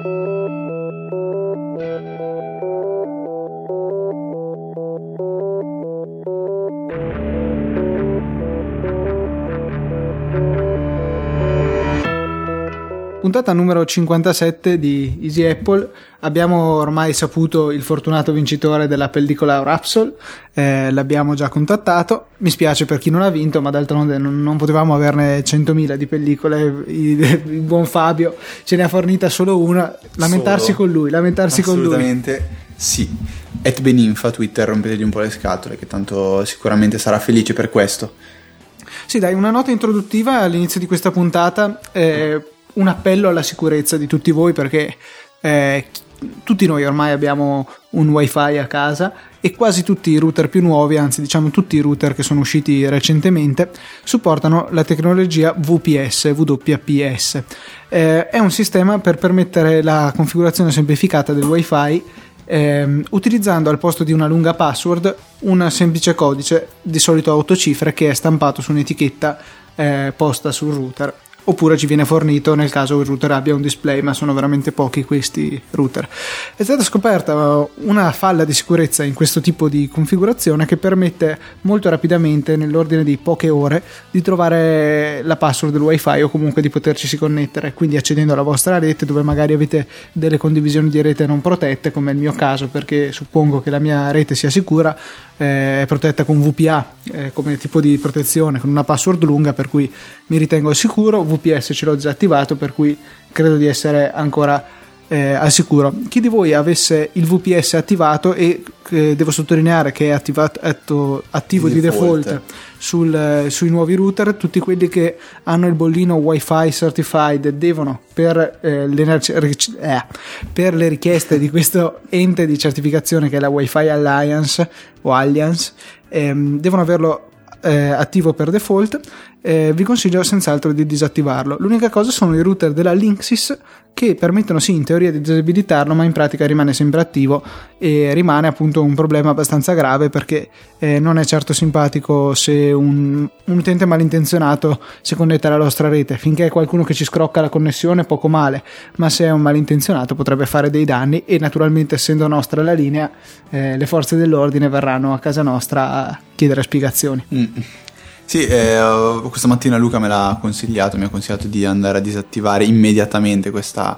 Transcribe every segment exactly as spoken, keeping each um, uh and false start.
Puntata numero cinquantasette di Easy Apple. Abbiamo ormai saputo il fortunato vincitore della pellicola Rapsol, eh, l'abbiamo già contattato. Mi spiace per chi non ha vinto, ma d'altronde non, non potevamo averne centomila di pellicole. Il, il buon Fabio ce ne ha fornita solo una. Lamentarsi solo. con lui, lamentarsi con lui. Assolutamente sì. Et Beninfa, Twitter, rompetegli un po' le scatole, che tanto sicuramente sarà felice per questo. Sì, dai, una nota introduttiva all'inizio di questa puntata. Eh, un appello alla sicurezza di tutti voi, perché eh, tutti noi ormai abbiamo un wifi a casa e quasi tutti i router più nuovi, anzi diciamo tutti i router che sono usciti recentemente, supportano la tecnologia V P S, W P S. Eh, è un sistema per permettere la configurazione semplificata del wifi eh, utilizzando al posto di una lunga password un semplice codice, di solito a otto cifre, che è stampato su un'etichetta eh, posta sul router, oppure ci viene fornito nel caso il router abbia un display, ma sono veramente pochi questi router. È stata scoperta una falla di sicurezza in questo tipo di configurazione che permette molto rapidamente, nell'ordine di poche ore, di trovare la password del wifi o comunque di poterci connettere, quindi accedendo alla vostra rete, dove magari avete delle condivisioni di rete non protette, come è il mio caso, perché suppongo che la mia rete sia sicura, eh, è protetta con V P A eh, come tipo di protezione, con una password lunga, per cui mi ritengo sicuro. V P S ce l'ho già attivato, per cui credo di essere ancora eh, al sicuro. Chi di voi avesse il V P S attivato, e eh, devo sottolineare che è attivato, atto, attivo di, di default, default sul, eh, sui nuovi router, tutti quelli che hanno il bollino Wi-Fi Certified devono, per, eh, le, eh, per le richieste di questo ente di certificazione che è la Wi-Fi Alliance o Alliance, ehm, devono averlo eh, attivo per default. Eh, vi consiglio senz'altro di disattivarlo. L'unica cosa sono i router della Linksys, che permettono sì in teoria di disabilitarlo, ma in pratica rimane sempre attivo, e rimane appunto un problema abbastanza grave, perché eh, non è certo simpatico se un, un utente malintenzionato si connette alla nostra rete. Finché è qualcuno che ci scrocca la connessione, poco male, ma se è un malintenzionato potrebbe fare dei danni, e naturalmente, essendo nostra la linea, eh, le forze dell'ordine verranno a casa nostra a chiedere spiegazioni. mm. Sì, eh, questa mattina Luca me l'ha consigliato, mi ha consigliato di andare a disattivare immediatamente questa,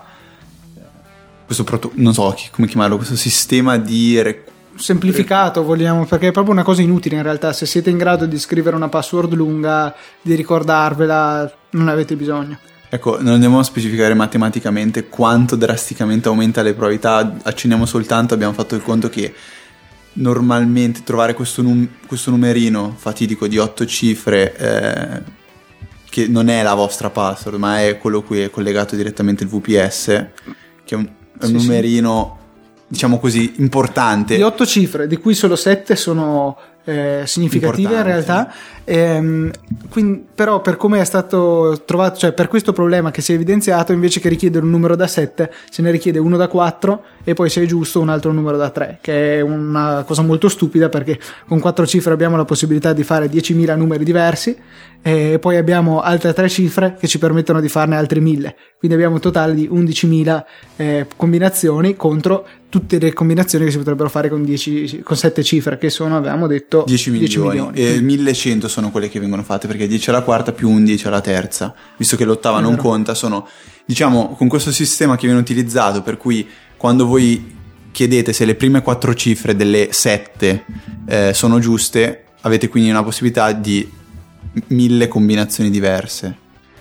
questo proto, non so come chiamarlo, questo sistema di rec- semplificato, vogliamo, perché è proprio una cosa inutile in realtà. Se siete in grado di scrivere una password lunga, di ricordarvela, non avete bisogno. Ecco, non andiamo a specificare matematicamente quanto drasticamente aumenta le probabilità, accenniamo soltanto, abbiamo fatto il conto che normalmente trovare questo, num- questo numerino fatidico di otto cifre, eh, che non è la vostra password, ma è quello cui è collegato direttamente il V P S, che è un, è un sì, numerino sì. diciamo così importante, di otto cifre, di cui solo sette sono eh, significative in realtà. Ehm, quindi, però, per come è stato trovato, cioè per questo problema che si è evidenziato, invece che richiedere un numero da sette, se ne richiede uno da quattro, e poi, se è giusto, un altro numero da tre, che è una cosa molto stupida, perché con quattro cifre abbiamo la possibilità di fare diecimila numeri diversi, e poi abbiamo altre tre cifre che ci permettono di farne altri mille, quindi abbiamo un totale di undicimila eh, combinazioni, contro tutte le combinazioni che si potrebbero fare con, dieci, con sette cifre, che sono, avevamo detto, dieci milioni, dieci milioni. E millecento sono quelle che vengono fatte, perché dieci alla quarta più undici alla terza, visto che l'ottava non conta. Sono, diciamo, con questo sistema che viene utilizzato, per cui quando voi chiedete se le prime quattro cifre delle sette eh, sono giuste, avete quindi una possibilità di mille combinazioni diverse,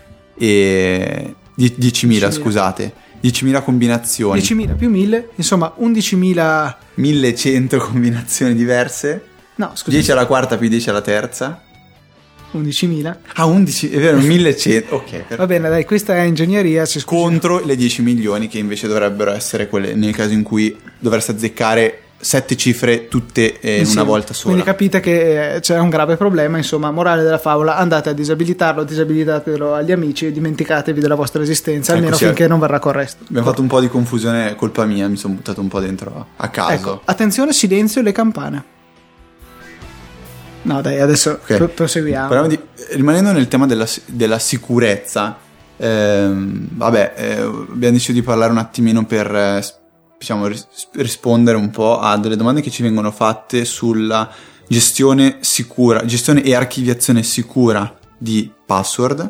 e diecimila, scusate, diecimila combinazioni, diecimila più mille, insomma undicimila, millecento combinazioni diverse. No, scusa, dieci alla quarta più dieci alla terza, undicimila. Ah, undici, è vero, millecento. Ok, perfetto. Va bene, dai, questa è ingegneria. Si contro le dieci milioni, che invece dovrebbero essere quelle nel caso in cui dovreste azzeccare sette cifre tutte eh, in una volta sola. Quindi capite che c'è un grave problema. Insomma, morale della favola: andate a disabilitarlo, disabilitatelo agli amici e dimenticatevi della vostra esistenza, ecco, almeno finché è... non verrà corretto. Abbiamo fatto un po' di confusione, colpa mia, mi sono buttato un po' dentro a caso. Ecco, attenzione, silenzio le campane. No dai, adesso okay. proseguiamo. Di, rimanendo nel tema della, della sicurezza, Ehm, vabbè, eh, abbiamo deciso di parlare un attimino per eh, diciamo ris- rispondere un po' a delle domande che ci vengono fatte sulla gestione sicura, gestione e archiviazione sicura di password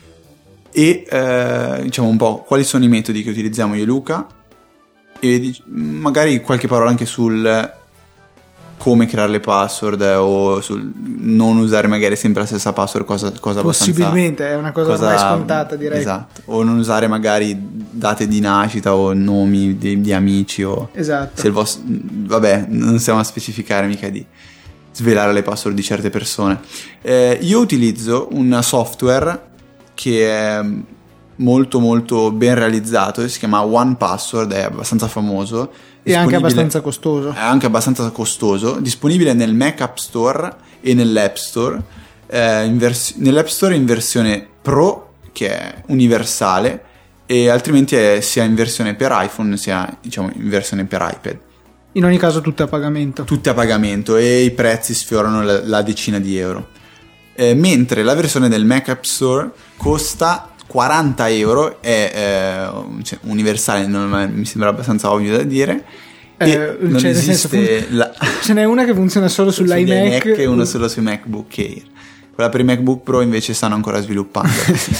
e eh, diciamo un po' quali sono i metodi che utilizziamo io e Luca e magari qualche parola anche sul come creare le password o sul non usare magari sempre la stessa password, cosa, cosa possibilmente è una cosa, cosa ormai scontata, direi. Esatto, o non usare magari date di nascita o nomi di, di amici o esatto. Se il vostro, vabbè, non stiamo a specificare mica di svelare le password di certe persone. Eh, io utilizzo un software che è molto molto ben realizzato, si chiama One Password, è abbastanza famoso. E anche abbastanza costoso. È anche abbastanza costoso, disponibile nel Mac App Store e nell'App Store. Eh, in vers- nell'App Store è in versione Pro, che è universale, e altrimenti è sia in versione per iPhone sia diciamo in versione per iPad. In ogni caso tutte a pagamento. Tutte a pagamento e i prezzi sfiorano la, la decina di euro. Eh, mentre la versione del Mac App Store costa quaranta euro, è eh, cioè, universale, non, mi sembra abbastanza ovvio da dire. Eh, e non cioè, esiste senso, la... ce n'è una che funziona solo sull'iMac Mac e una solo sui MacBook Air. Quella per i MacBook Pro invece stanno ancora sviluppando.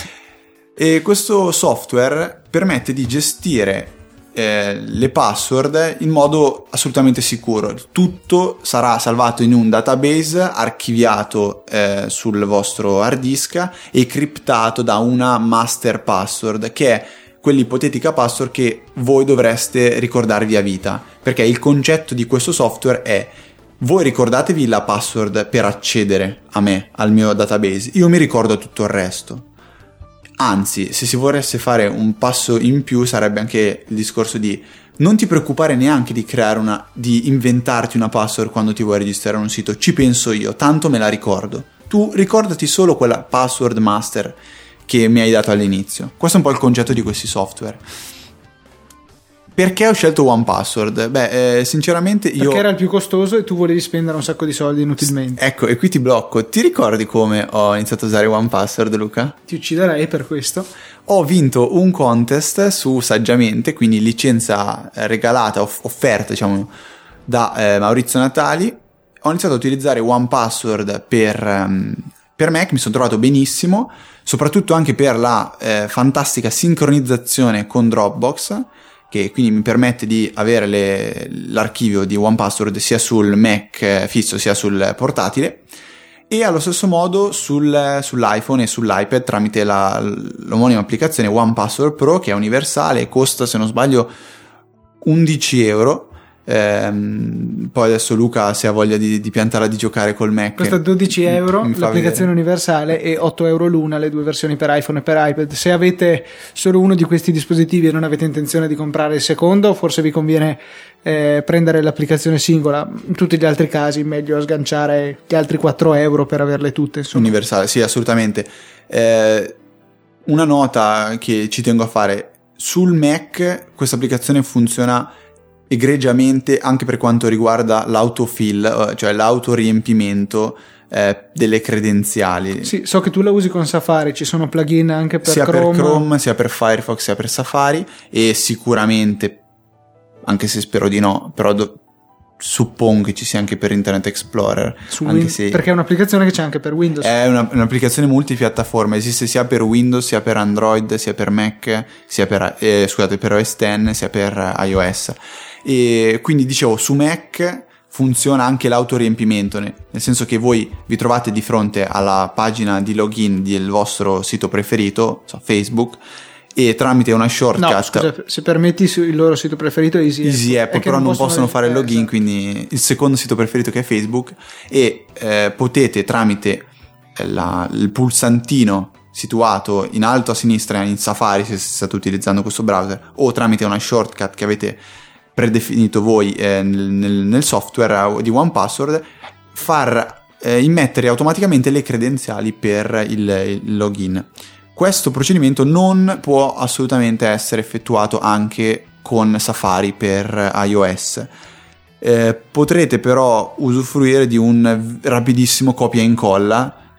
E questo software permette di gestire eh, le password in modo assolutamente sicuro. Tutto sarà salvato in un database archiviato eh, sul vostro hard disk e criptato da una master password, che è quell'ipotetica password che voi dovreste ricordarvi a vita, perché il concetto di questo software è: voi ricordatevi la password per accedere a me, al mio database, io mi ricordo tutto il resto. Anzi, se si volesse fare un passo in più sarebbe anche il discorso di non ti preoccupare neanche di creare una, di inventarti una password quando ti vuoi registrare un sito, ci penso io, tanto me la ricordo. Tu ricordati solo quella password master che mi hai dato all'inizio. Questo è un po' il concetto di questi software. Perché ho scelto One Password? Beh, eh, sinceramente io... Perché era il più costoso e tu volevi spendere un sacco di soldi inutilmente. Ecco, e qui ti blocco. Ti ricordi come ho iniziato a usare One Password, Luca? Ti ucciderei per questo. Ho vinto un contest su Saggiamente, quindi licenza regalata, off- offerta, diciamo, da eh, Maurizio Natali. Ho iniziato a utilizzare One Password per, um, per Mac, mi sono trovato benissimo, soprattutto anche per la eh, fantastica sincronizzazione con Dropbox, che quindi mi permette di avere le, l'archivio di One Password sia sul Mac fisso sia sul portatile, e allo stesso modo sul, sull'iPhone e sull'iPad tramite la, l'omonima applicazione One Password Pro, che è universale, costa se non sbaglio undici euro. Ehm, poi adesso Luca, se ha voglia di, di piantare di giocare col Mac, costa dodici euro mi, mi l'applicazione vedere. universale e otto euro l'una le due versioni per iPhone e per iPad. Se avete solo uno di questi dispositivi e non avete intenzione di comprare il secondo, forse vi conviene eh, prendere l'applicazione singola. In tutti gli altri casi meglio sganciare gli altri quattro euro per averle tutte, insomma. Universale, sì, assolutamente. Eh, una nota che ci tengo a fare: sul Mac questa applicazione funziona egregiamente anche per quanto riguarda l'autofill, cioè l'autoriempimento eh, delle credenziali. Sì, so che tu la usi con Safari, ci sono plugin anche per sia Chrome. per Chrome, sia per Firefox, sia per Safari, e sicuramente, anche se spero di no, però do- suppongo che ci sia anche per Internet Explorer, Su anche Win- se perché è un'applicazione che c'è anche per Windows. è una, un'applicazione multipiattaforma, esiste sia per Windows, sia per Android, sia per Mac, sia per eh, scusate per O S X, sia per iOS. E quindi dicevo, su Mac funziona anche l'autoriempimento, nel senso che voi vi trovate di fronte alla pagina di login del vostro sito preferito, so, Facebook, e tramite una shortcut, no, scusa, se permetti, il loro sito preferito è Easy, Easy App, però non possono, possono fare il login, esatto. Quindi il secondo sito preferito, che è Facebook, e eh, potete tramite la, il pulsantino situato in alto a sinistra in Safari, se state utilizzando questo browser, o tramite una shortcut che avete predefinito voi eh, nel, nel, nel software di One Password, far eh, immettere automaticamente le credenziali per il, il login. Questo procedimento non può assolutamente essere effettuato anche con Safari per iOS. Eh, potrete però usufruire di un rapidissimo copia e incolla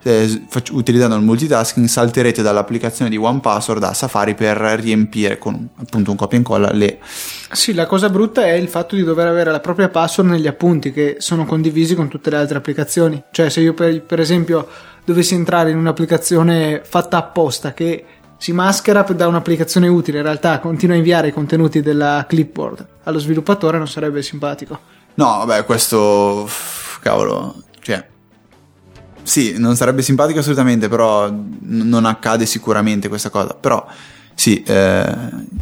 eh, fac- utilizzando il multitasking salterete dall'applicazione di one password a Safari per riempire con appunto un copia e incolla le... Sì, la cosa brutta è il fatto di dover avere la propria password negli appunti che sono condivisi con tutte le altre applicazioni. Cioè se io per, per esempio dovessi entrare in un'applicazione fatta apposta che si maschera da un'applicazione utile, in realtà continua a inviare i contenuti della clipboard allo sviluppatore, non sarebbe simpatico. No, vabbè, questo cavolo, cioè sì, non sarebbe simpatico assolutamente, però n- non accade sicuramente questa cosa. Però sì, eh,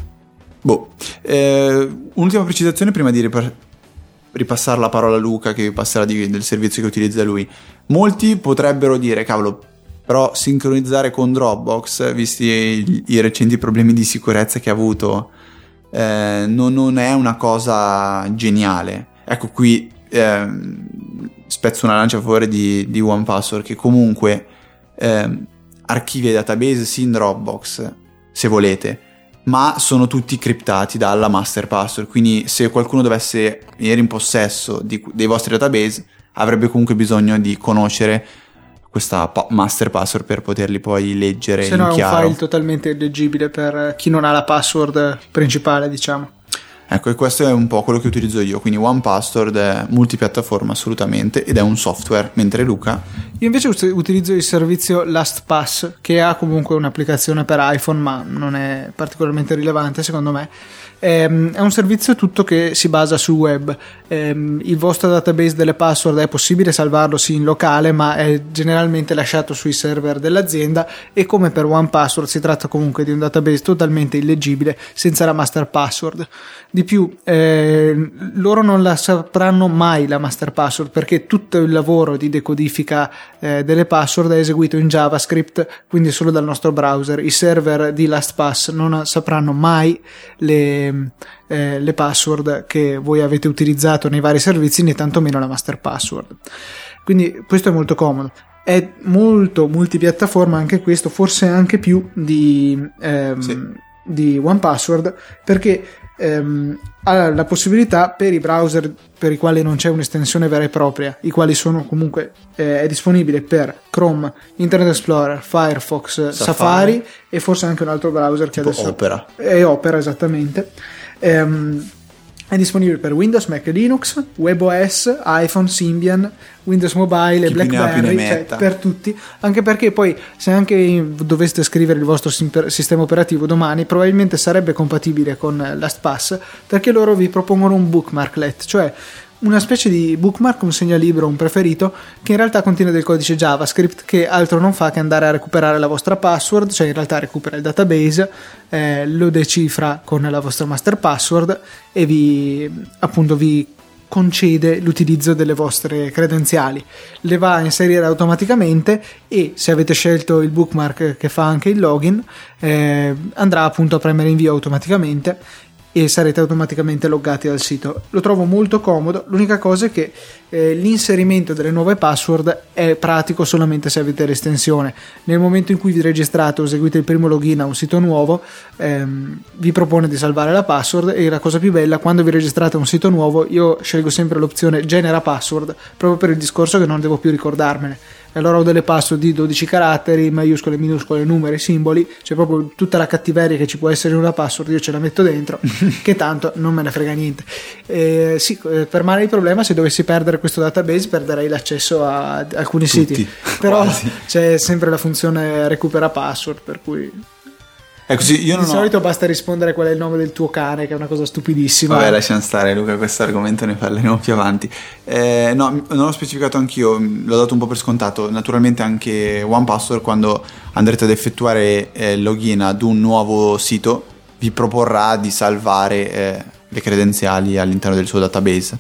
boh. Eh, un'ultima precisazione prima di ripar- ripassare la parola a Luca, che vi passerà di- del servizio che utilizza lui. Molti potrebbero dire, cavolo, però sincronizzare con Dropbox, visti i, i recenti problemi di sicurezza che ha avuto, eh, non, non è una cosa geniale. Ecco, qui eh, spezzo una lancia a favore di, di one password, che comunque eh, archivia i database sì in Dropbox, se volete, ma sono tutti criptati dalla master password, quindi se qualcuno dovesse venire in possesso di, dei vostri database avrebbe comunque bisogno di conoscere questa pa- master password per poterli poi leggere se in no è chiaro. un file totalmente illeggibile per chi non ha la password principale, diciamo. Ecco, e questo è un po' quello che utilizzo io, quindi one password è multipiattaforma assolutamente ed è un software, mentre Luca... Io invece utilizzo il servizio LastPass, che ha comunque un'applicazione per iPhone, ma non è particolarmente rilevante secondo me. È un servizio tutto che si basa sul web. Il vostro database delle password è possibile salvarlo sì in locale, ma è generalmente lasciato sui server dell'azienda, e come per one password si tratta comunque di un database totalmente illeggibile senza la master password. Di più, eh, loro non la sapranno mai la master password, perché tutto il lavoro di decodifica eh, delle password è eseguito in JavaScript, quindi solo dal nostro browser. I server di LastPass non sapranno mai le, eh, le password che voi avete utilizzato nei vari servizi, né tantomeno la master password. Quindi questo è molto comodo. È molto multipiattaforma anche questo, forse anche più di, ehm, sì. di one password, perché ehm, ha la possibilità per i browser per i quali non c'è un'estensione vera e propria, i quali sono comunque eh, è disponibile per Chrome, Internet Explorer, Firefox, Safari, Safari e forse anche un altro browser tipo che adesso Opera. È Opera, esattamente. Ehm, è disponibile per Windows, Mac e Linux, WebOS, iPhone, Symbian, Windows Mobile e BlackBerry, cioè per tutti, anche perché poi se anche doveste scrivere il vostro sistema operativo domani probabilmente sarebbe compatibile con LastPass, perché loro vi propongono un bookmarklet, cioè una specie di bookmark, un segnalibro, un preferito, che in realtà contiene del codice JavaScript che altro non fa che andare a recuperare la vostra password, cioè in realtà recupera il database, eh, lo decifra con la vostra master password e vi appunto vi concede l'utilizzo delle vostre credenziali, le va a inserire automaticamente, e se avete scelto il bookmark che fa anche il login eh, andrà appunto a premere invio automaticamente e sarete automaticamente loggati al sito. Lo trovo molto comodo. L'unica cosa è che eh, l'inserimento delle nuove password è pratico solamente se avete l'estensione. Nel momento in cui vi registrate o eseguite il primo login a un sito nuovo, ehm, vi propone di salvare la password, e la cosa più bella, quando vi registrate a un sito nuovo io scelgo sempre l'opzione genera password, proprio per il discorso che non devo più ricordarmene. E allora ho delle password di dodici caratteri, maiuscole, minuscole, numeri, simboli, cioè proprio tutta la cattiveria che ci può essere in una password io ce la metto dentro, che tanto non me ne frega niente. Eh, sì, per male il problema, se dovessi perdere questo database perderei l'accesso a alcuni Tutti, siti, però quasi. c'è sempre la funzione recupera password, per cui Ecco, sì, io non di ho... solito basta rispondere qual è il nome del tuo cane, che è una cosa stupidissima. Vabbè, lasciamo stare Luca, questo argomento ne parleremo più avanti. Eh, no, non l'ho specificato anch'io, l'ho dato un po' per scontato. Naturalmente anche one password, quando andrete ad effettuare eh, il login ad un nuovo sito, vi proporrà di salvare eh, le credenziali all'interno del suo database,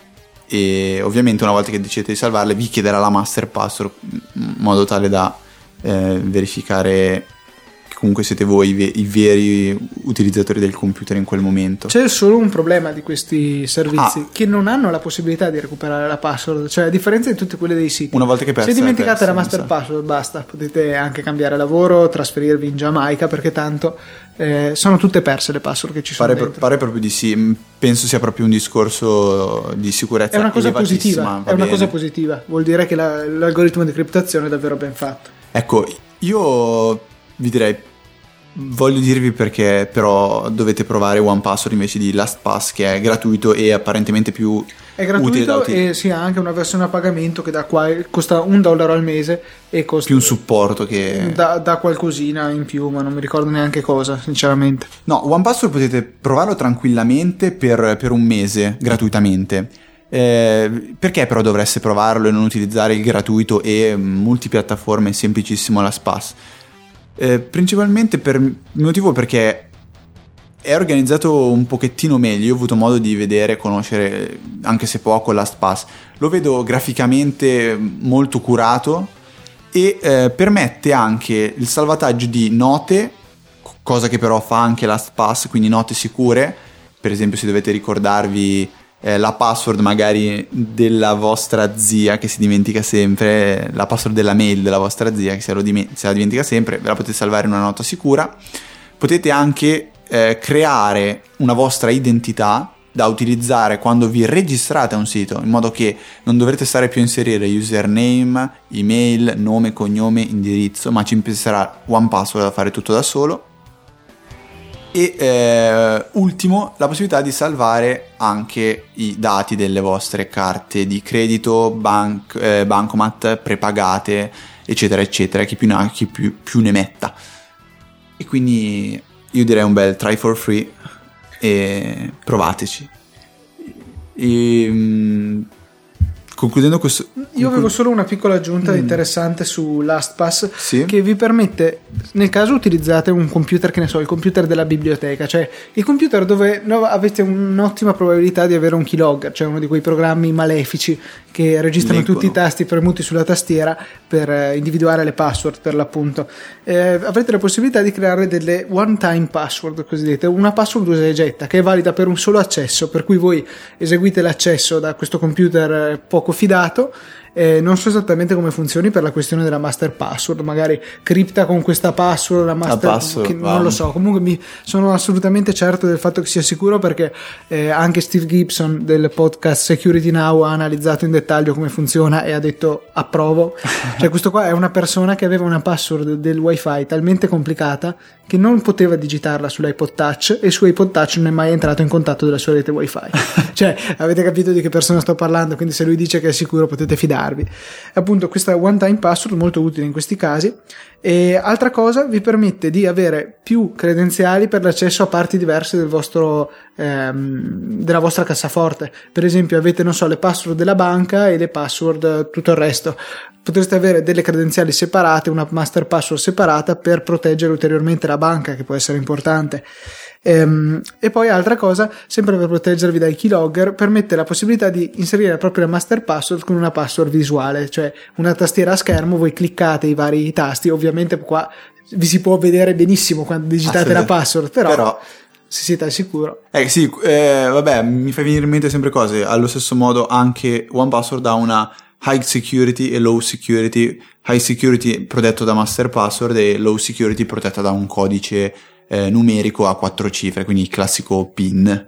e ovviamente una volta che decidete di salvarle vi chiederà la master password in modo tale da eh, verificare comunque siete voi i, ve- i veri utilizzatori del computer in quel momento. C'è solo un problema di questi servizi, ah. che non hanno la possibilità di recuperare la password, cioè a differenza di tutte quelle dei siti. Una volta che persa, se dimenticate persa, la master password basta, potete anche cambiare lavoro, trasferirvi in Giamaica, perché tanto eh, sono tutte perse le password che ci sono pare, dentro. pare proprio di sì, penso sia proprio un discorso di sicurezza. È una cosa positiva, è una bene. cosa positiva, vuol dire che la, l'algoritmo di criptazione è davvero ben fatto. Ecco, io vi direi, voglio dirvi perché però dovete provare one password invece di LastPass, che è gratuito e apparentemente più è gratuito utile da utilizzare. E si ha anche una versione a pagamento che da qua costa un dollaro al mese e costa più un supporto che da, da qualcosina in più, ma non mi ricordo neanche cosa, sinceramente. No, one password potete provarlo tranquillamente per, per un mese gratuitamente. Eh, perché però dovreste provarlo e non utilizzare il gratuito e multipiattaforme semplicissimo LastPass? Eh, principalmente per il motivo perché è organizzato un pochettino meglio. Io ho avuto modo di vedere, conoscere, anche se poco, LastPass. Lo vedo graficamente molto curato e eh, permette anche il salvataggio di note, cosa che però fa anche LastPass, quindi note sicure. Per esempio, se dovete ricordarvi eh, la password magari della vostra zia che si dimentica sempre, la password della mail della vostra zia che se, lo dim- se la dimentica sempre, ve la potete salvare in una nota sicura. Potete anche eh, creare una vostra identità da utilizzare quando vi registrate a un sito, in modo che non dovrete stare più a inserire username, email, nome, cognome, indirizzo, ma ci penserà one password a fare tutto da solo. E eh, ultimo, la possibilità di salvare anche i dati delle vostre carte di credito, bank, eh, bancomat, prepagate, eccetera eccetera, chi più ne ha, chi più, più ne metta. E quindi io direi un bel try for free e provateci. E, mh, concludendo questo, io avevo solo una piccola aggiunta mm. interessante su LastPass, sì? che vi permette, nel caso utilizzate un computer, che ne so, il computer della biblioteca, cioè il computer dove no, avete un'ottima probabilità di avere un keylogger, cioè uno di quei programmi malefici che registrano Leggono. tutti i tasti premuti sulla tastiera per eh, individuare le password, per l'appunto. Eh, avrete la possibilità di creare delle one time password cosiddette, una password usa e getta, che è valida per un solo accesso, per cui voi eseguite l'accesso da questo computer poco fidato. Eh, non so esattamente come funzioni per la questione della master password, magari cripta con questa password la master la password, che non lo so, comunque mi sono assolutamente certo del fatto che sia sicuro, perché eh, anche Steve Gibson del podcast Security Now ha analizzato in dettaglio come funziona e ha detto approvo. Cioè questo qua è una persona che aveva una password del wifi talmente complicata che non poteva digitarla sull'iPod Touch, e su iPod Touch non è mai entrato in contatto della sua rete wifi. Cioè avete capito di che persona sto parlando, quindi se lui dice che è sicuro potete fidarvi. Appunto, questa one time password molto utile in questi casi. E altra cosa, vi permette di avere più credenziali per l'accesso a parti diverse del vostro ehm, della vostra cassaforte. Per esempio avete, non so, le password della banca e le password tutto il resto. Potreste avere delle credenziali separate, una master password separata per proteggere ulteriormente la banca, che può essere importante. Ehm, e poi altra cosa, sempre per proteggervi dai keylogger, permette la possibilità di inserire la propria master password con una password visuale, cioè una tastiera a schermo, voi cliccate i vari tasti, ovviamente qua vi si può vedere benissimo quando digitate ah, la password, però, però se siete al sicuro. Eh sì, eh, vabbè, mi fa venire in mente sempre cose. Allo stesso modo anche one password ha una high security e low security. High security protetto da master password e low security protetta da un codice eh, numerico a quattro cifre, quindi il classico PIN.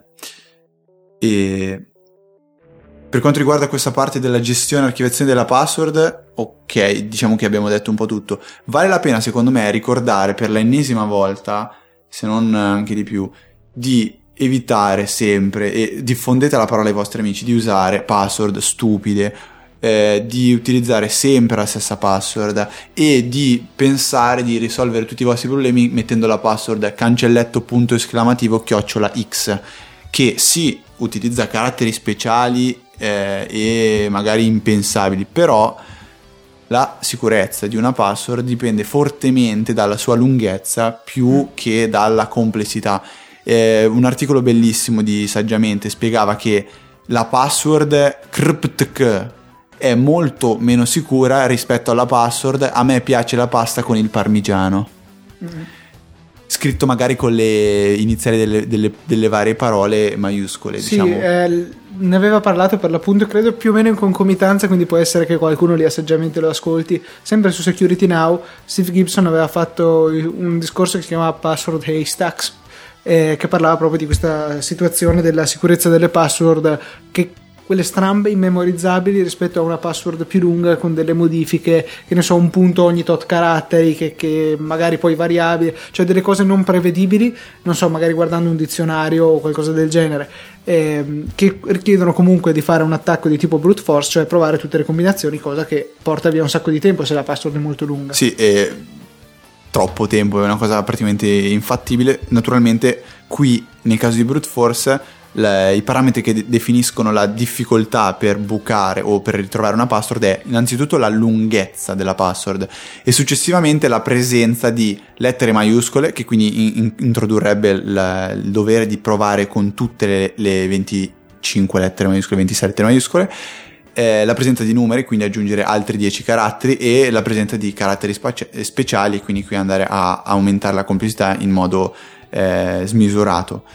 E per quanto riguarda questa parte della gestione e archiviazione della password, ok, diciamo che abbiamo detto un po' tutto. Vale la pena secondo me ricordare per l'ennesima volta, se non anche di più, di evitare sempre, e diffondete la parola ai vostri amici, di usare password stupide, eh, di utilizzare sempre la stessa password e di pensare di risolvere tutti i vostri problemi mettendo la password cancelletto punto esclamativo chiocciola x, che sì, utilizza caratteri speciali eh, e magari impensabili, però la sicurezza di una password dipende fortemente dalla sua lunghezza più che dalla complessità. Eh, un articolo bellissimo di Saggiamente spiegava che la password cryptk è molto meno sicura rispetto alla password a me piace la pasta con il parmigiano. Mm-hmm. scritto magari con le iniziali delle, delle, delle varie parole maiuscole, sì, diciamo. Eh, ne aveva parlato per l'appunto, credo più o meno in concomitanza, quindi può essere che qualcuno lì a saggiamente lo ascolti. Sempre su Security Now, Steve Gibson aveva fatto un discorso che si chiamava Password Haystacks, eh, che parlava proprio di questa situazione della sicurezza delle password, che quelle strambe immemorizzabili rispetto a una password più lunga con delle modifiche, che ne so, un punto ogni tot caratteri, che, che magari poi variabile, cioè delle cose non prevedibili, non so, magari guardando un dizionario o qualcosa del genere, eh, che richiedono comunque di fare un attacco di tipo brute force, cioè provare tutte le combinazioni, cosa che porta via un sacco di tempo se la password è molto lunga. Sì, e troppo tempo, è una cosa praticamente infattibile. Naturalmente qui nel caso di brute force Le, i parametri che de- definiscono la difficoltà per bucare o per ritrovare una password è innanzitutto la lunghezza della password e successivamente la presenza di lettere maiuscole, che quindi in- introdurrebbe il, il dovere di provare con tutte le, le venticinque lettere maiuscole, ventisei lettere maiuscole, eh, la presenza di numeri, quindi aggiungere altri dieci caratteri, e la presenza di caratteri spaci- speciali, quindi qui andare a aumentare la complessità in modo eh, smisurato.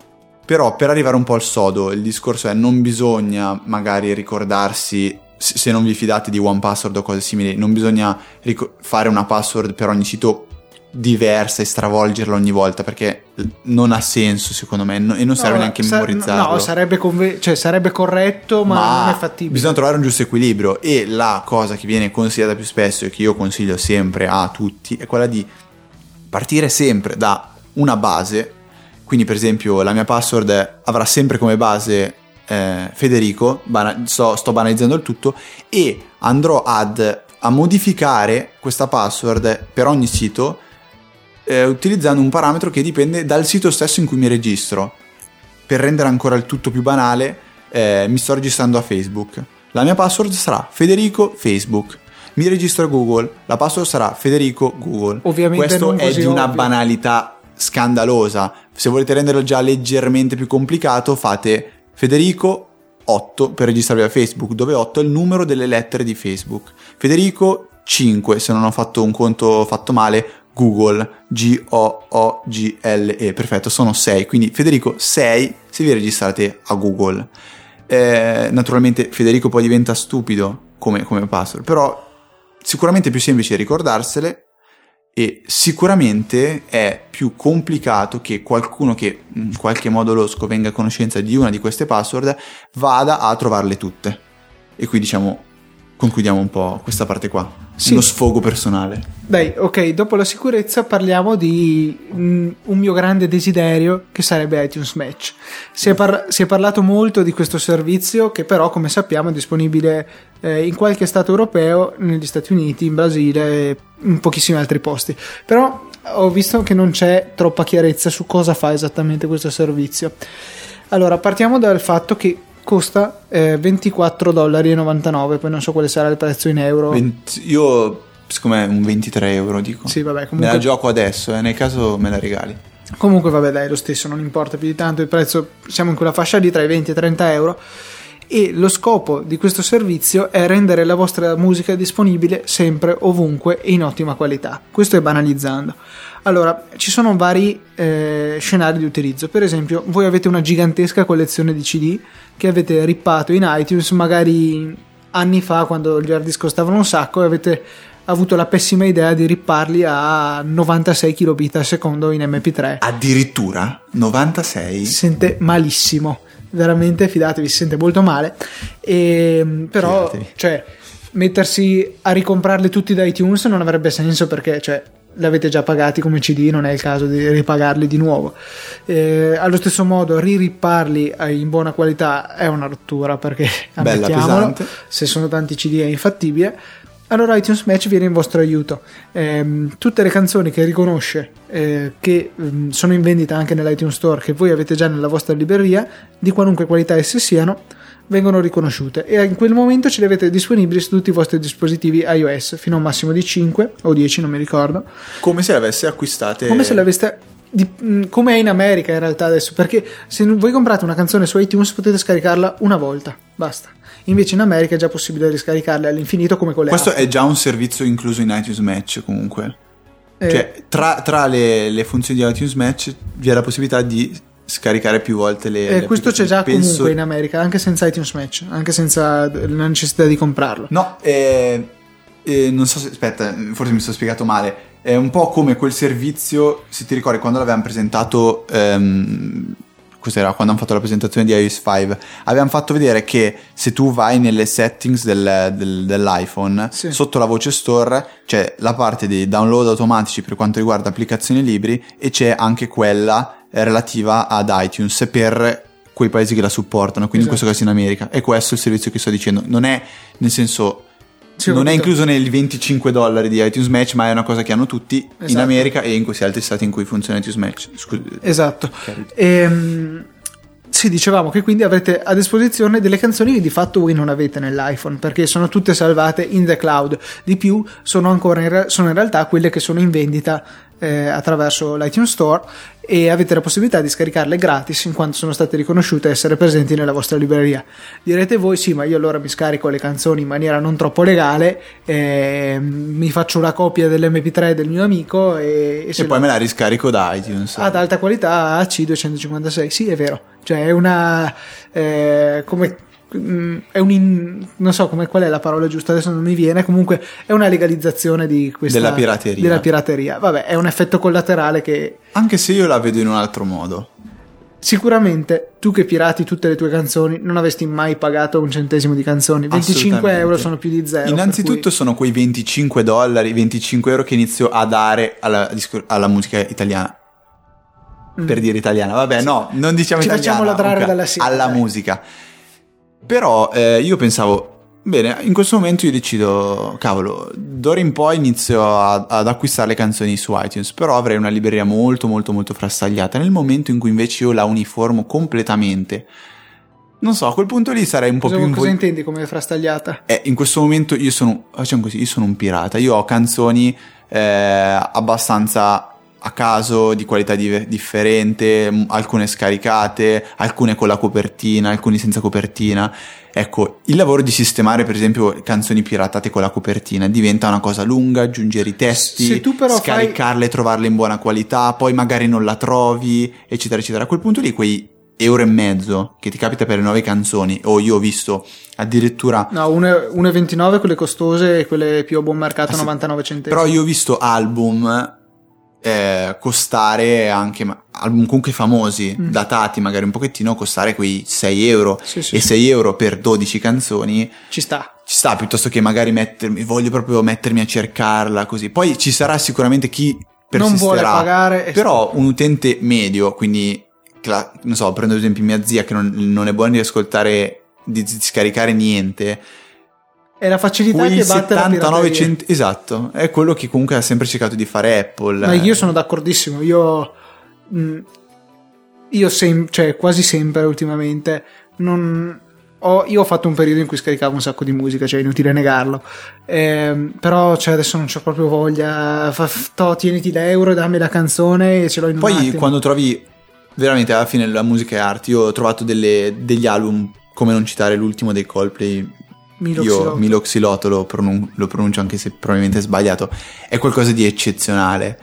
Però per arrivare un po' al sodo, il discorso è: non bisogna magari ricordarsi, se non vi fidate di one password o cose simili, non bisogna ric- fare una password per ogni sito diversa e stravolgerla ogni volta, perché non ha senso secondo me, no, e non serve no, neanche sa- memorizzarlo. No, sarebbe, conve- cioè, sarebbe corretto, ma, ma non è fattibile. Bisogna trovare un giusto equilibrio, e la cosa che viene consigliata più spesso e che io consiglio sempre a tutti è quella di partire sempre da una base. Quindi per esempio la mia password avrà sempre come base eh, Federico, bana- sto, sto banalizzando il tutto, e andrò ad, a modificare questa password per ogni sito eh, utilizzando un parametro che dipende dal sito stesso in cui mi registro. Per rendere ancora il tutto più banale, eh, mi sto registrando a Facebook. La mia password sarà Federico Facebook. Mi registro a Google, la password sarà Federico Google. Ovviamente questo non è così di una ovvio. Banalità scandalosa. Se volete renderlo già leggermente più complicato, fate Federico otto per registrarvi a Facebook, dove otto è il numero delle lettere di Facebook. Federico cinque, se non ho fatto un conto fatto male, Google, G O O G L E, perfetto, sono sei, quindi Federico sei se vi registrate a Google. Eh, naturalmente Federico poi diventa stupido come, come password, però sicuramente è più semplice ricordarsele. E sicuramente è più complicato che qualcuno che in qualche modo losco venga a conoscenza di una di queste password vada a trovarle tutte. E qui diciamo concludiamo un po' questa parte qua, sì. Uno sfogo personale. Dai, ok, dopo la sicurezza parliamo di mh, un mio grande desiderio, che sarebbe iTunes Match. Si è, par- si è parlato molto di questo servizio, che però, come sappiamo, è disponibile eh, in qualche stato europeo, negli Stati Uniti, in Brasile e in pochissimi altri posti. Però ho visto che non c'è troppa chiarezza su cosa fa esattamente questo servizio. Allora, partiamo dal fatto che costa eh, ventiquattro dollari e novantanove, poi non so quale sarà il prezzo in euro. venti Io secondo me un ventitré euro dico. Sì, vabbè, comunque me la gioco adesso, eh, nel caso me la regali. Comunque vabbè, dai, lo stesso, non importa più di tanto il prezzo, siamo in quella fascia lì tra i venti e i trenta euro. E lo scopo di questo servizio è rendere la vostra musica disponibile sempre, ovunque e in ottima qualità. Questo è banalizzando. Allora, ci sono vari eh, scenari di utilizzo. Per esempio, voi avete una gigantesca collezione di C D che avete rippato in iTunes magari anni fa, quando gli hard disk costavano un sacco, e avete avuto la pessima idea di ripparli a novantasei kilobit al secondo in M P tre. Addirittura novantasei? Si sente malissimo, veramente, fidatevi, si sente molto male. E, però, fidatevi. Cioè, mettersi a ricomprarli tutti da iTunes non avrebbe senso, perché, cioè, li avete già pagati come C D, non è il caso di ripagarli di nuovo. Eh, allo stesso modo, riripparli in buona qualità è una rottura, perché, ammettiamolo, se sono tanti C D è infattibile. Allora iTunes Match viene in vostro aiuto. Eh, tutte le canzoni che riconosce eh, che mh, sono in vendita anche nell'iTunes Store, che voi avete già nella vostra libreria, di qualunque qualità esse siano, vengono riconosciute, e in quel momento ce le avete disponibili su tutti i vostri dispositivi iOS fino a un massimo di cinque o dieci, non mi ricordo, come se le avesse acquistate, come se le aveste di, come è in America in realtà adesso, perché se voi comprate una canzone su iTunes potete scaricarla una volta, basta. Invece in America è già possibile riscaricarle all'infinito, come con le questo app. È già un servizio incluso in iTunes Match comunque. Eh, cioè, tra, tra le, le funzioni di iTunes Match vi è la possibilità di scaricare più volte le, eh, le questo c'è già penso... comunque in America, anche senza iTunes Match, anche senza la necessità di comprarlo. No, eh, eh, non so se... aspetta, forse mi sono spiegato male. È un po' come quel servizio, se ti ricordi, quando l'avevamo presentato... Ehm, cos'era? Quando hanno fatto la presentazione di iOS cinque, avevamo fatto vedere che se tu vai nelle settings del, del, dell'iPhone, sì, sotto la voce store c'è la parte dei download automatici per quanto riguarda applicazioni e libri, e c'è anche quella relativa ad iTunes per quei paesi che la supportano, quindi esatto, in questo caso in America. E questo è il servizio che sto dicendo, non è nel senso... Sì, non è incluso nei venticinque dollari di iTunes Match, ma è una cosa che hanno tutti, esatto, in America e in questi altri stati in cui funziona iTunes Match. Scusi. Esatto. Ehm, sì, dicevamo che quindi avrete a disposizione delle canzoni che di fatto voi non avete nell'iPhone, perché sono tutte salvate in the cloud. Di più, sono ancora in, re- sono in realtà quelle che sono in vendita eh, attraverso l'iTunes Store, e avete la possibilità di scaricarle gratis in quanto sono state riconosciute essere presenti nella vostra libreria. Direte voi, sì, ma io allora mi scarico le canzoni in maniera non troppo legale, eh, mi faccio una copia dell'emme pi tre del mio amico e, e, e poi me la riscarico da iTunes ad alta qualità A C duecentocinquantasei. Sì, è vero, cioè è una eh, come è un in, non so come, qual è la parola giusta, adesso non mi viene, comunque è una legalizzazione di questa, della pirateria. della pirateria. Vabbè, è un effetto collaterale che, anche se io la vedo in un altro modo, sicuramente tu che pirati tutte le tue canzoni non avresti mai pagato un centesimo di canzoni. Venticinque euro sono più di zero. Innanzitutto cui... sono quei venticinque dollari, venticinque euro che inizio a dare alla, alla musica italiana, mm. per dire italiana, vabbè, sì, no, non diciamo ci italiana, facciamo ladrare okay, dalla sigla, alla dai. musica. Però eh, io pensavo, bene, in questo momento io decido, cavolo, d'ora in poi inizio a, ad acquistare le canzoni su iTunes, però avrei una libreria molto molto molto frastagliata. Nel momento in cui invece io la uniformo completamente, non so, a quel punto lì sarei un po' cosa, più... Cosa intendi come frastagliata? Eh, in questo momento io sono, facciamo così, io sono un pirata, io ho canzoni eh, abbastanza... a caso, di qualità di- differente, alcune scaricate, alcune con la copertina, alcune senza copertina. Ecco, il lavoro di sistemare per esempio canzoni piratate con la copertina diventa una cosa lunga, aggiungere i testi, se tu però scaricarle, fai... trovarle in buona qualità, poi magari non la trovi, eccetera eccetera. A quel punto lì quei euro e mezzo che ti capita per le nuove canzoni, o io ho visto addirittura no, uno e ventinove quelle costose e quelle più a buon mercato, ah, sì, novantanove centesimi. Però io ho visto album Eh, costare anche album comunque famosi, mm. datati magari un pochettino, costare quei sei euro, sì, sì, e sì. sei euro per dodici canzoni ci sta ci sta piuttosto che magari mettermi, voglio proprio mettermi a cercarla così. Poi ci sarà sicuramente chi persisterà, non vuole pagare, però un utente medio, quindi cla- non so, prendo ad esempio mia zia che non, non è buona di ascoltare, di, di scaricare niente. È la facilità che batte la pirateria. cent- esatto, è quello che comunque ha sempre cercato di fare Apple. Ma io sono d'accordissimo, io mh, io sem- cioè quasi sempre ultimamente non ho, io ho fatto un periodo in cui scaricavo un sacco di musica, cioè è inutile negarlo, eh, però cioè adesso non c'ho proprio voglia, fa, to, tieniti l'euro, dammi la canzone e ce l'ho in un Poi attimo. Quando trovi veramente alla fine la musica è arte, io ho trovato delle, degli album, come non citare l'ultimo dei Coldplay, io Milo Xilotto lo, pronun- lo pronuncio anche se probabilmente è sbagliato, è qualcosa di eccezionale,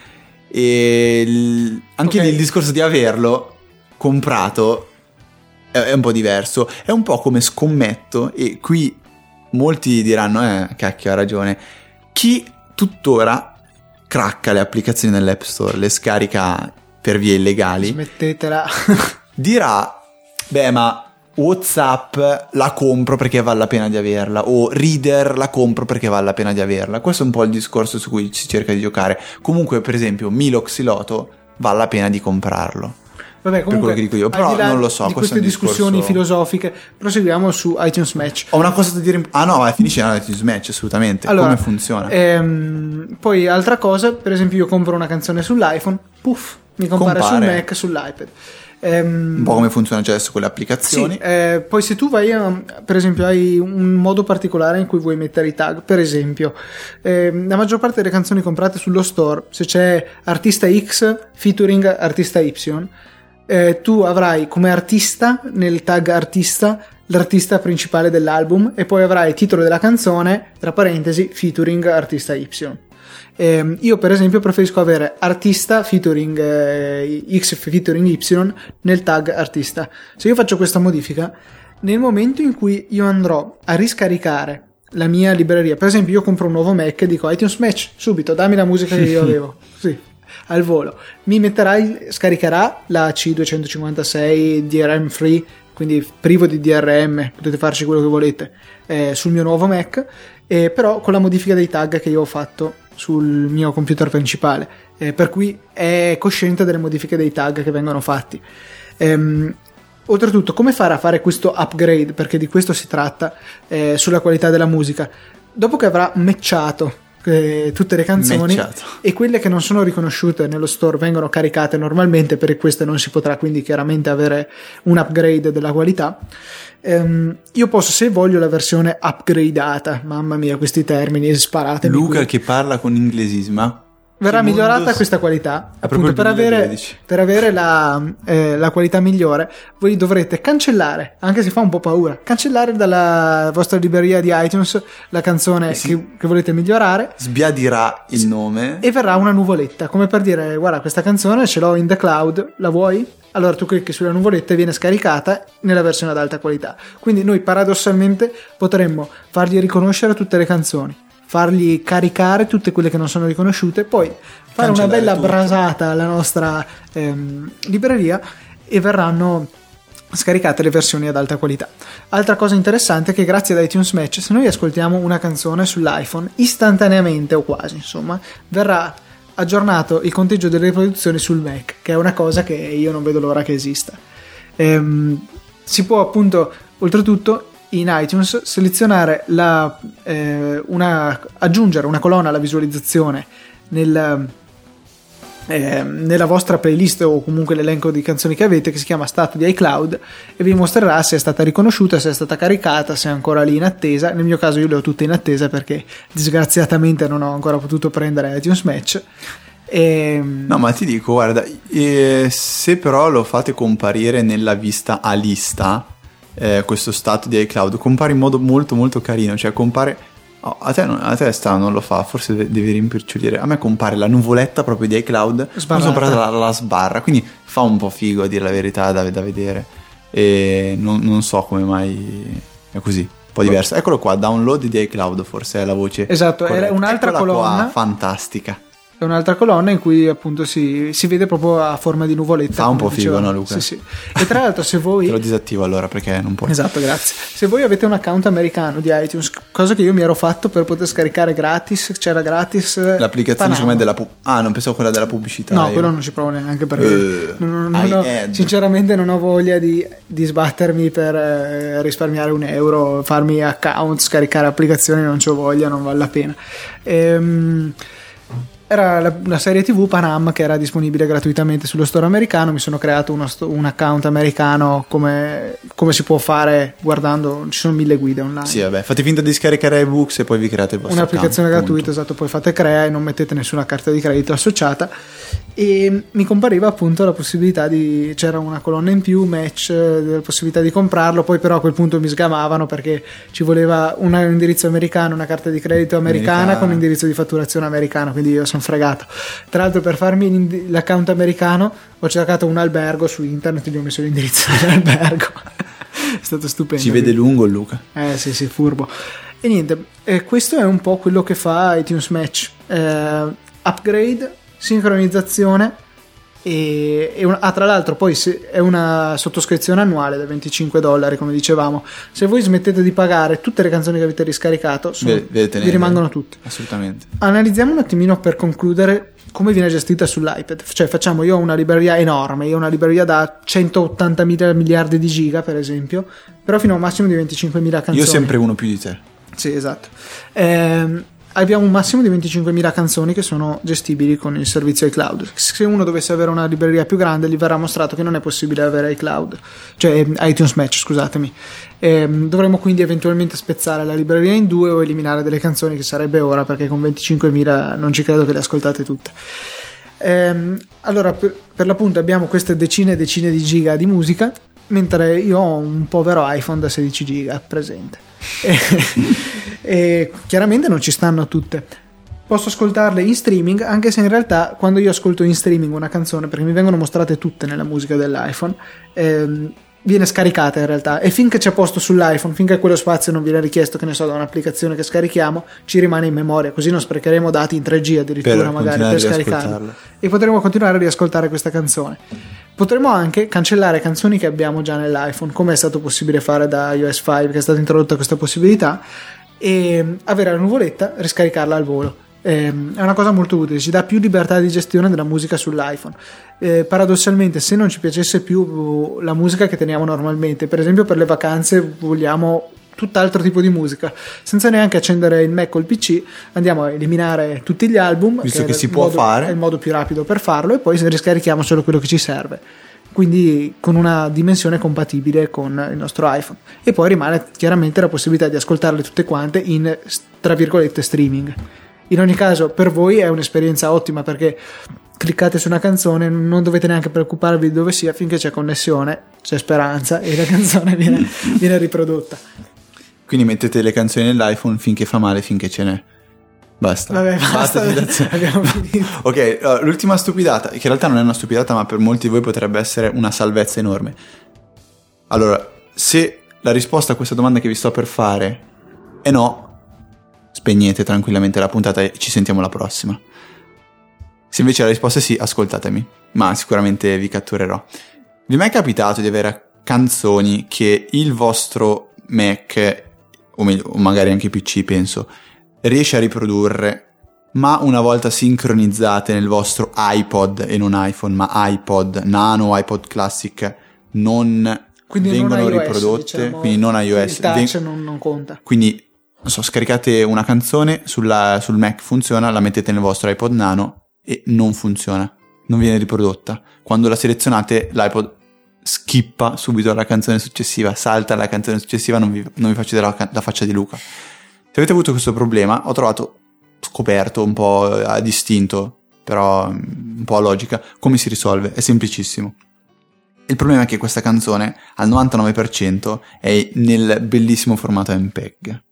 e l- anche okay. lì il discorso di averlo comprato è, è un po' diverso, è un po' come scommetto, e qui molti diranno eh cacchio ha ragione, chi tuttora cracca le applicazioni nell'App Store, le scarica per vie illegali, smettetela dirà beh ma WhatsApp la compro perché vale la pena di averla, o Reader la compro perché vale la pena di averla. Questo è un po' il discorso su cui si cerca di giocare. Comunque per esempio Milo Xilotto vale la pena di comprarlo. Vabbè, comunque, per quello che dico io, però non lo so, di queste discussioni discorso... filosofiche proseguiamo su iTunes Match. Ho una cosa da dire, ah no, ma finisce in iTunes Match assolutamente. Allora, come funziona? Ehm, poi altra cosa, per esempio io compro una canzone sull'iPhone, puff, mi compare, compare. sul Mac, sull'iPad. Um, un po' come funziona già adesso con le applicazioni. Sì, eh, poi se tu vai a, per esempio hai un modo particolare in cui vuoi mettere i tag, per esempio eh, la maggior parte delle canzoni comprate sullo store, se c'è artista X featuring artista Y, eh, tu avrai come artista nel tag artista l'artista principale dell'album, e poi avrai il titolo della canzone tra parentesi featuring artista Y. Eh, io per esempio preferisco avere artista featuring eh, X featuring Y nel tag artista. Se io faccio questa modifica, nel momento in cui io andrò a riscaricare la mia libreria, per esempio io compro un nuovo Mac e dico iTunes Match, subito dammi la musica che io avevo, sì, al volo, mi metterà, il, scaricherà la C duecentocinquantasei D R M free, quindi privo di D R M, potete farci quello che volete, eh, sul mio nuovo Mac, eh, però con la modifica dei tag che io ho fatto sul mio computer principale, eh, per cui è cosciente delle modifiche dei tag che vengono fatti. Ehm, oltretutto, come fare a fare questo upgrade, perché di questo si tratta, eh, sulla qualità della musica? Dopo che avrà matchato eh, tutte le canzoni, matchato, e quelle che non sono riconosciute nello store vengono caricate normalmente, per queste non si potrà quindi chiaramente avere un upgrade della qualità, ehm, io posso, se voglio la versione upgradeata, mamma mia questi termini, sparatemi Luca qui, che parla con inglesismo, verrà migliorata questa qualità, appunto, per avere, per avere la, eh, la qualità migliore voi dovrete cancellare, anche se fa un po' paura, cancellare dalla vostra libreria di iTunes la canzone sì, che, che volete migliorare, sbiadirà il nome e verrà una nuvoletta come per dire guarda questa canzone ce l'ho in the cloud, la vuoi? Allora tu clicchi sulla nuvoletta e viene scaricata nella versione ad alta qualità. Quindi noi paradossalmente potremmo fargli riconoscere tutte le canzoni, fargli caricare tutte quelle che non sono riconosciute, poi fare una bella tutto. brasata alla nostra ehm, libreria e verranno scaricate le versioni ad alta qualità. Altra cosa interessante è che grazie ad iTunes Match, se noi ascoltiamo una canzone sull'iPhone, istantaneamente o quasi insomma verrà aggiornato il conteggio delle riproduzioni sul Mac, che è una cosa che io non vedo l'ora che esista. Ehm, si può appunto oltretutto in iTunes selezionare la, eh, una, aggiungere una colonna alla visualizzazione nel, eh, nella vostra playlist o comunque l'elenco di canzoni che avete, che si chiama stato di iCloud, e vi mostrerà se è stata riconosciuta, se è stata caricata, se è ancora lì in attesa. Nel mio caso io le ho tutte in attesa perché disgraziatamente non ho ancora potuto prendere iTunes Match. E... no, ma ti dico, guarda, eh, se però lo fate comparire nella vista a lista, Eh, questo stato di iCloud compare in modo molto molto carino, cioè compare oh, a te, non, a te sta, non lo fa, forse de- devi rimpicciolire, a me compare la nuvoletta proprio di iCloud sopra la, la sbarra, quindi fa un po' figo a dire la verità, da, da vedere, e non, non so come mai è così, un po' diverso. Eccolo qua, download di iCloud, forse è la voce esatto, corretta. Era un'altra Eccola colonna qua, fantastica. È un'altra colonna in cui appunto si, si vede proprio a forma di nuvoletta. Fa un po' figo, no Luca? Sì, sì. E tra l'altro se voi... Te lo disattivo allora perché non puoi. Esatto, grazie. Se voi avete un account americano di iTunes, cosa che io mi ero fatto per poter scaricare gratis, c'era gratis l'applicazione secondo me della pu- ah non pensavo quella della pubblicità. No, io. quello non ci provo neanche perché uh, non, non ho, sinceramente non ho voglia di, di sbattermi per eh, risparmiare un euro, farmi account, scaricare applicazioni, non c'ho voglia, non vale la pena. Ehm Era la, la serie tivù Panam che era disponibile gratuitamente sullo store americano. Mi sono creato uno sto, un account americano come, come si può fare guardando, ci sono mille guide online. Sì, vabbè, fate finta di scaricare iBooks e poi vi create il vostro un'applicazione account, gratuita, punto. esatto, poi fate crea e non mettete nessuna carta di credito associata, e mi compariva appunto la possibilità di, c'era una colonna in più, match, la possibilità di comprarlo, poi però a quel punto mi sgamavano perché ci voleva un indirizzo americano, una carta di credito americana, americana. con indirizzo di fatturazione americano, quindi io sono fregato. Tra l'altro per farmi l'account americano ho cercato un albergo su internet e gli ho messo l'indirizzo dell'albergo. È stato stupendo. Ci vede lungo Luca. Eh sì sì, furbo. E niente, eh, questo è un po' quello che fa iTunes Match, eh, upgrade, sincronizzazione e, e una, ah, tra l'altro poi se, è una sottoscrizione annuale da venticinque dollari come dicevamo. Se voi smettete di pagare, tutte le canzoni che avete riscaricato sono, vi rimangono tutte. Assolutamente. Analizziamo un attimino per concludere come viene gestita sull'iPad. Cioè facciamo, io ho una libreria enorme, io ho una libreria da centottantamila miliardi di giga per esempio, però fino a un massimo di venticinquemila canzoni. Io sempre uno più di te. Sì, esatto. Ehm, abbiamo un massimo di venticinquemila canzoni che sono gestibili con il servizio iCloud. Se uno dovesse avere una libreria più grande gli verrà mostrato che non è possibile avere iCloud, cioè iTunes Match, scusatemi. Ehm, dovremmo quindi eventualmente spezzare la libreria in due o eliminare delle canzoni, che sarebbe ora perché con venticinquemila non ci credo che le ascoltate tutte. Ehm, allora per, per l'appunto abbiamo queste decine e decine di giga di musica, mentre io ho un povero iPhone da sedici giga presente. e, e chiaramente non ci stanno tutte. posso ascoltarle in streaming, anche se in realtà quando io ascolto in streaming una canzone, perché mi vengono mostrate tutte nella musica dell'iPhone, ehm, viene scaricata in realtà, e finché c'è posto sull'iPhone, finché quello spazio non viene richiesto, che ne so, da un'applicazione che scarichiamo, ci rimane in memoria, così non sprecheremo dati in tre G addirittura per magari per scaricarlo, e potremo continuare a riascoltare questa canzone. Potremo anche cancellare canzoni che abbiamo già nell'iPhone, come è stato possibile fare da iOS cinque, che è stata introdotta questa possibilità, e avere la nuvoletta, riscaricarla al volo. È una cosa molto utile, ci dà più libertà di gestione della musica sull'iPhone. Eh, paradossalmente, se non ci piacesse più la musica che teniamo normalmente, per esempio per le vacanze vogliamo tutt'altro tipo di musica, senza neanche accendere il Mac o il P C, andiamo a eliminare tutti gli album, visto che, che si può modo, fare, è il modo più rapido per farlo, e poi riscarichiamo solo quello che ci serve, quindi con una dimensione compatibile con il nostro iPhone, e poi rimane chiaramente la possibilità di ascoltarle tutte quante in, tra virgolette, streaming. In ogni caso, per voi è un'esperienza ottima, perché cliccate su una canzone, non dovete neanche preoccuparvi di dove sia, finché c'è connessione, c'è speranza e la canzone viene, viene riprodotta. Quindi mettete le canzoni nell'iPhone finché fa male, finché ce n'è. Basta. Vabbè, basta, basta abbiamo finito. Ok, l'ultima stupidata, che in realtà non è una stupidata, ma per molti di voi potrebbe essere una salvezza enorme. Allora, se la risposta a questa domanda che vi sto per fare è no, spegnete tranquillamente la puntata e ci sentiamo alla prossima. Se invece la risposta è sì, ascoltatemi, ma sicuramente vi catturerò. Vi è mai capitato di avere canzoni che il vostro Mac, o, meglio, o magari anche P C penso, riesce a riprodurre, ma una volta sincronizzate nel vostro iPod, e non iPhone ma iPod Nano, iPod Classic, non quindi vengono non iOS, riprodotte, diciamo, quindi non iOS, il touch ven- non, non conta. Quindi non so, scaricate una canzone sulla, sul Mac, funziona, la mettete nel vostro iPod Nano e non funziona, non viene riprodotta. Quando la selezionate l'iPod skippa subito alla canzone successiva, salta alla canzone successiva, non vi, non vi faccio vedere la, la faccia di Luca. Se avete avuto questo problema, ho trovato, scoperto un po' a distinto, però un po' a logica, come si risolve. È semplicissimo. Il problema è che questa canzone al novantanove per cento è nel bellissimo formato M P E G.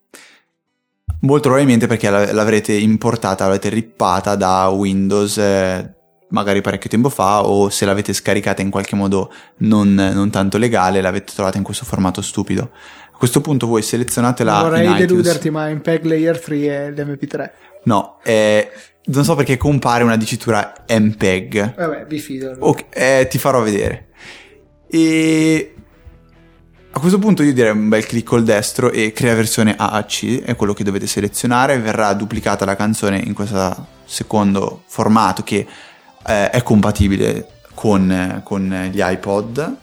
Molto probabilmente perché l'avrete importata, l'avrete rippata da Windows eh, magari parecchio tempo fa, o se l'avete scaricata in qualche modo non, non tanto legale, l'avete trovata in questo formato stupido. A questo punto voi selezionatela. Vorrei in deluderti, ma M P E G Layer tre è l'M P tre. No, eh, non so perché compare una dicitura M P E G. Vabbè, vi fido. Okay, eh, ti farò vedere. E a questo punto io direi un bel clic col destro e crea versione A A C, è quello che dovete selezionare. Verrà duplicata la canzone in questo secondo formato che eh, è compatibile con, con gli iPod,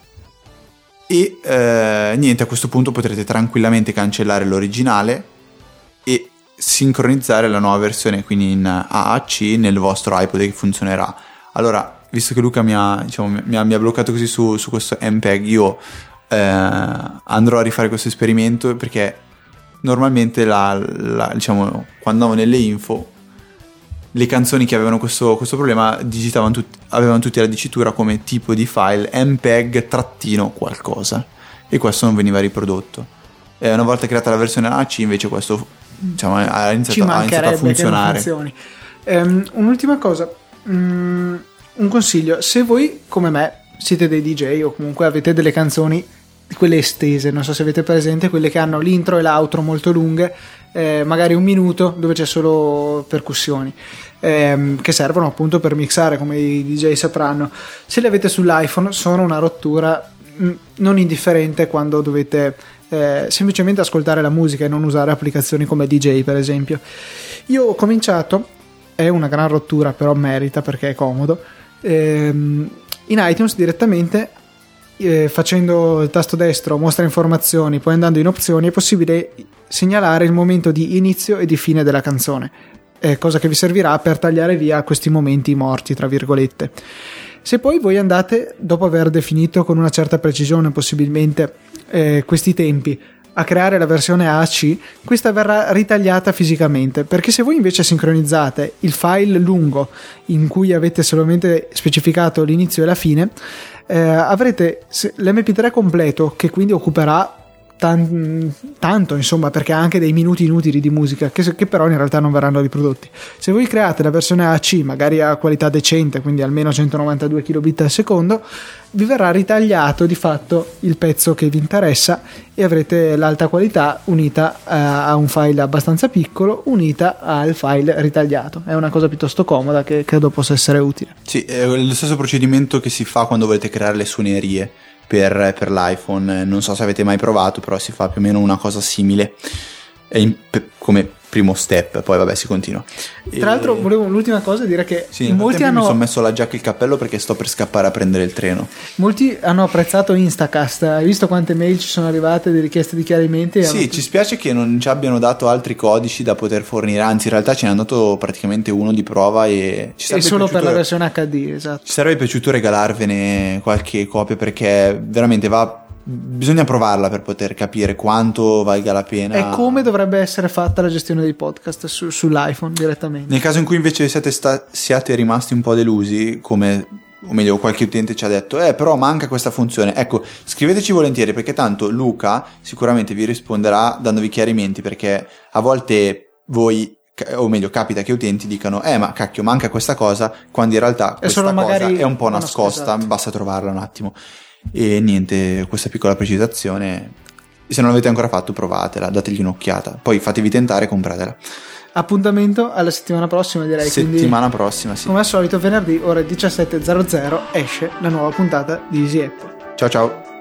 e eh, niente, a questo punto potrete tranquillamente cancellare l'originale e sincronizzare la nuova versione, quindi in A A C, nel vostro iPod, che funzionerà. Allora, visto che Luca mi ha, diciamo, mi ha, mi ha bloccato così su, su questo M P E G, io eh, andrò a rifare questo esperimento, perché normalmente la, la, diciamo, quando andavo nelle info, le canzoni che avevano questo, questo problema digitavano tut, avevano tutti la dicitura come tipo di file M P E G trattino qualcosa, e questo non veniva riprodotto. E una volta creata la versione A C, invece questo, diciamo, ha iniziato, ha iniziato a funzionare. Um, un'ultima cosa, um, un consiglio: se voi come me siete dei D J, o comunque avete delle canzoni di quelle estese, non so se avete presente quelle che hanno l'intro e l'outro molto lunghe, eh, magari un minuto, dove c'è solo percussioni, ehm, che servono appunto per mixare, come i D J sapranno, se le avete sull'iPhone sono una rottura mh, non indifferente quando dovete eh, semplicemente ascoltare la musica e non usare applicazioni come D J, per esempio. Io ho cominciato, è una gran rottura, però merita perché è comodo, ehm, in iTunes direttamente, eh, facendo il tasto destro mostra informazioni, poi andando in opzioni è possibile segnalare il momento di inizio e di fine della canzone, eh, cosa che vi servirà per tagliare via questi momenti morti, tra virgolette. Se poi voi andate, dopo aver definito con una certa precisione possibilmente eh, questi tempi, a creare la versione A C, questa verrà ritagliata fisicamente, perché se voi invece sincronizzate il file lungo in cui avete solamente specificato l'inizio e la fine, eh, avrete l'emme pi tre completo, che quindi occuperà tan- tanto, insomma, perché ha anche dei minuti inutili di musica che, che però in realtà non verranno riprodotti. Se voi create la versione A C, magari a qualità decente, quindi almeno centonovantadue kilobit al secondo, vi verrà ritagliato di fatto il pezzo che vi interessa e avrete l'alta qualità unita a un file abbastanza piccolo unita al file ritagliato. È una cosa piuttosto comoda che credo possa essere utile. Sì, è lo stesso procedimento che si fa quando volete creare le suonerie per, per l'iPhone. Non so se avete mai provato, però si fa più o meno una cosa simile in, per, come primo step, poi vabbè si continua. Tra e... l'altro volevo l'ultima cosa dire che sì, in molti hanno... mi sono messo la giacca e il cappello perché sto per scappare a prendere il treno. Molti hanno apprezzato Instacast. Hai visto quante mail ci sono arrivate di richieste di chiarimenti? Sì, hanno... ci spiace che non ci abbiano dato altri codici da poter fornire, anzi in realtà ce ne hanno dato praticamente uno di prova e ci sarebbe e solo piaciuto... per la versione acca di, esatto. Ci sarebbe piaciuto regalarvene qualche copia perché veramente va... bisogna provarla per poter capire quanto valga la pena. È come dovrebbe essere fatta la gestione dei podcast su, sull'iPhone direttamente. Nel caso in cui invece siete, sta- siate rimasti un po' delusi, come, o meglio qualche utente ci ha detto eh però manca questa funzione, ecco, scriveteci volentieri perché tanto Luca sicuramente vi risponderà dandovi chiarimenti, perché a volte voi, o meglio capita che utenti dicano eh ma cacchio manca questa cosa, quando in realtà questa cosa magari è un po' nascosta, esatto. Basta trovarla un attimo. E niente, questa piccola precisazione, se non l'avete ancora fatto provatela, dategli un'occhiata, poi fatevi tentare e compratela. Appuntamento alla settimana prossima, direi. Settimana quindi, prossima, sì. Come al solito venerdì ore diciassette e zero zero esce la nuova puntata di Easy Apple. Ciao ciao.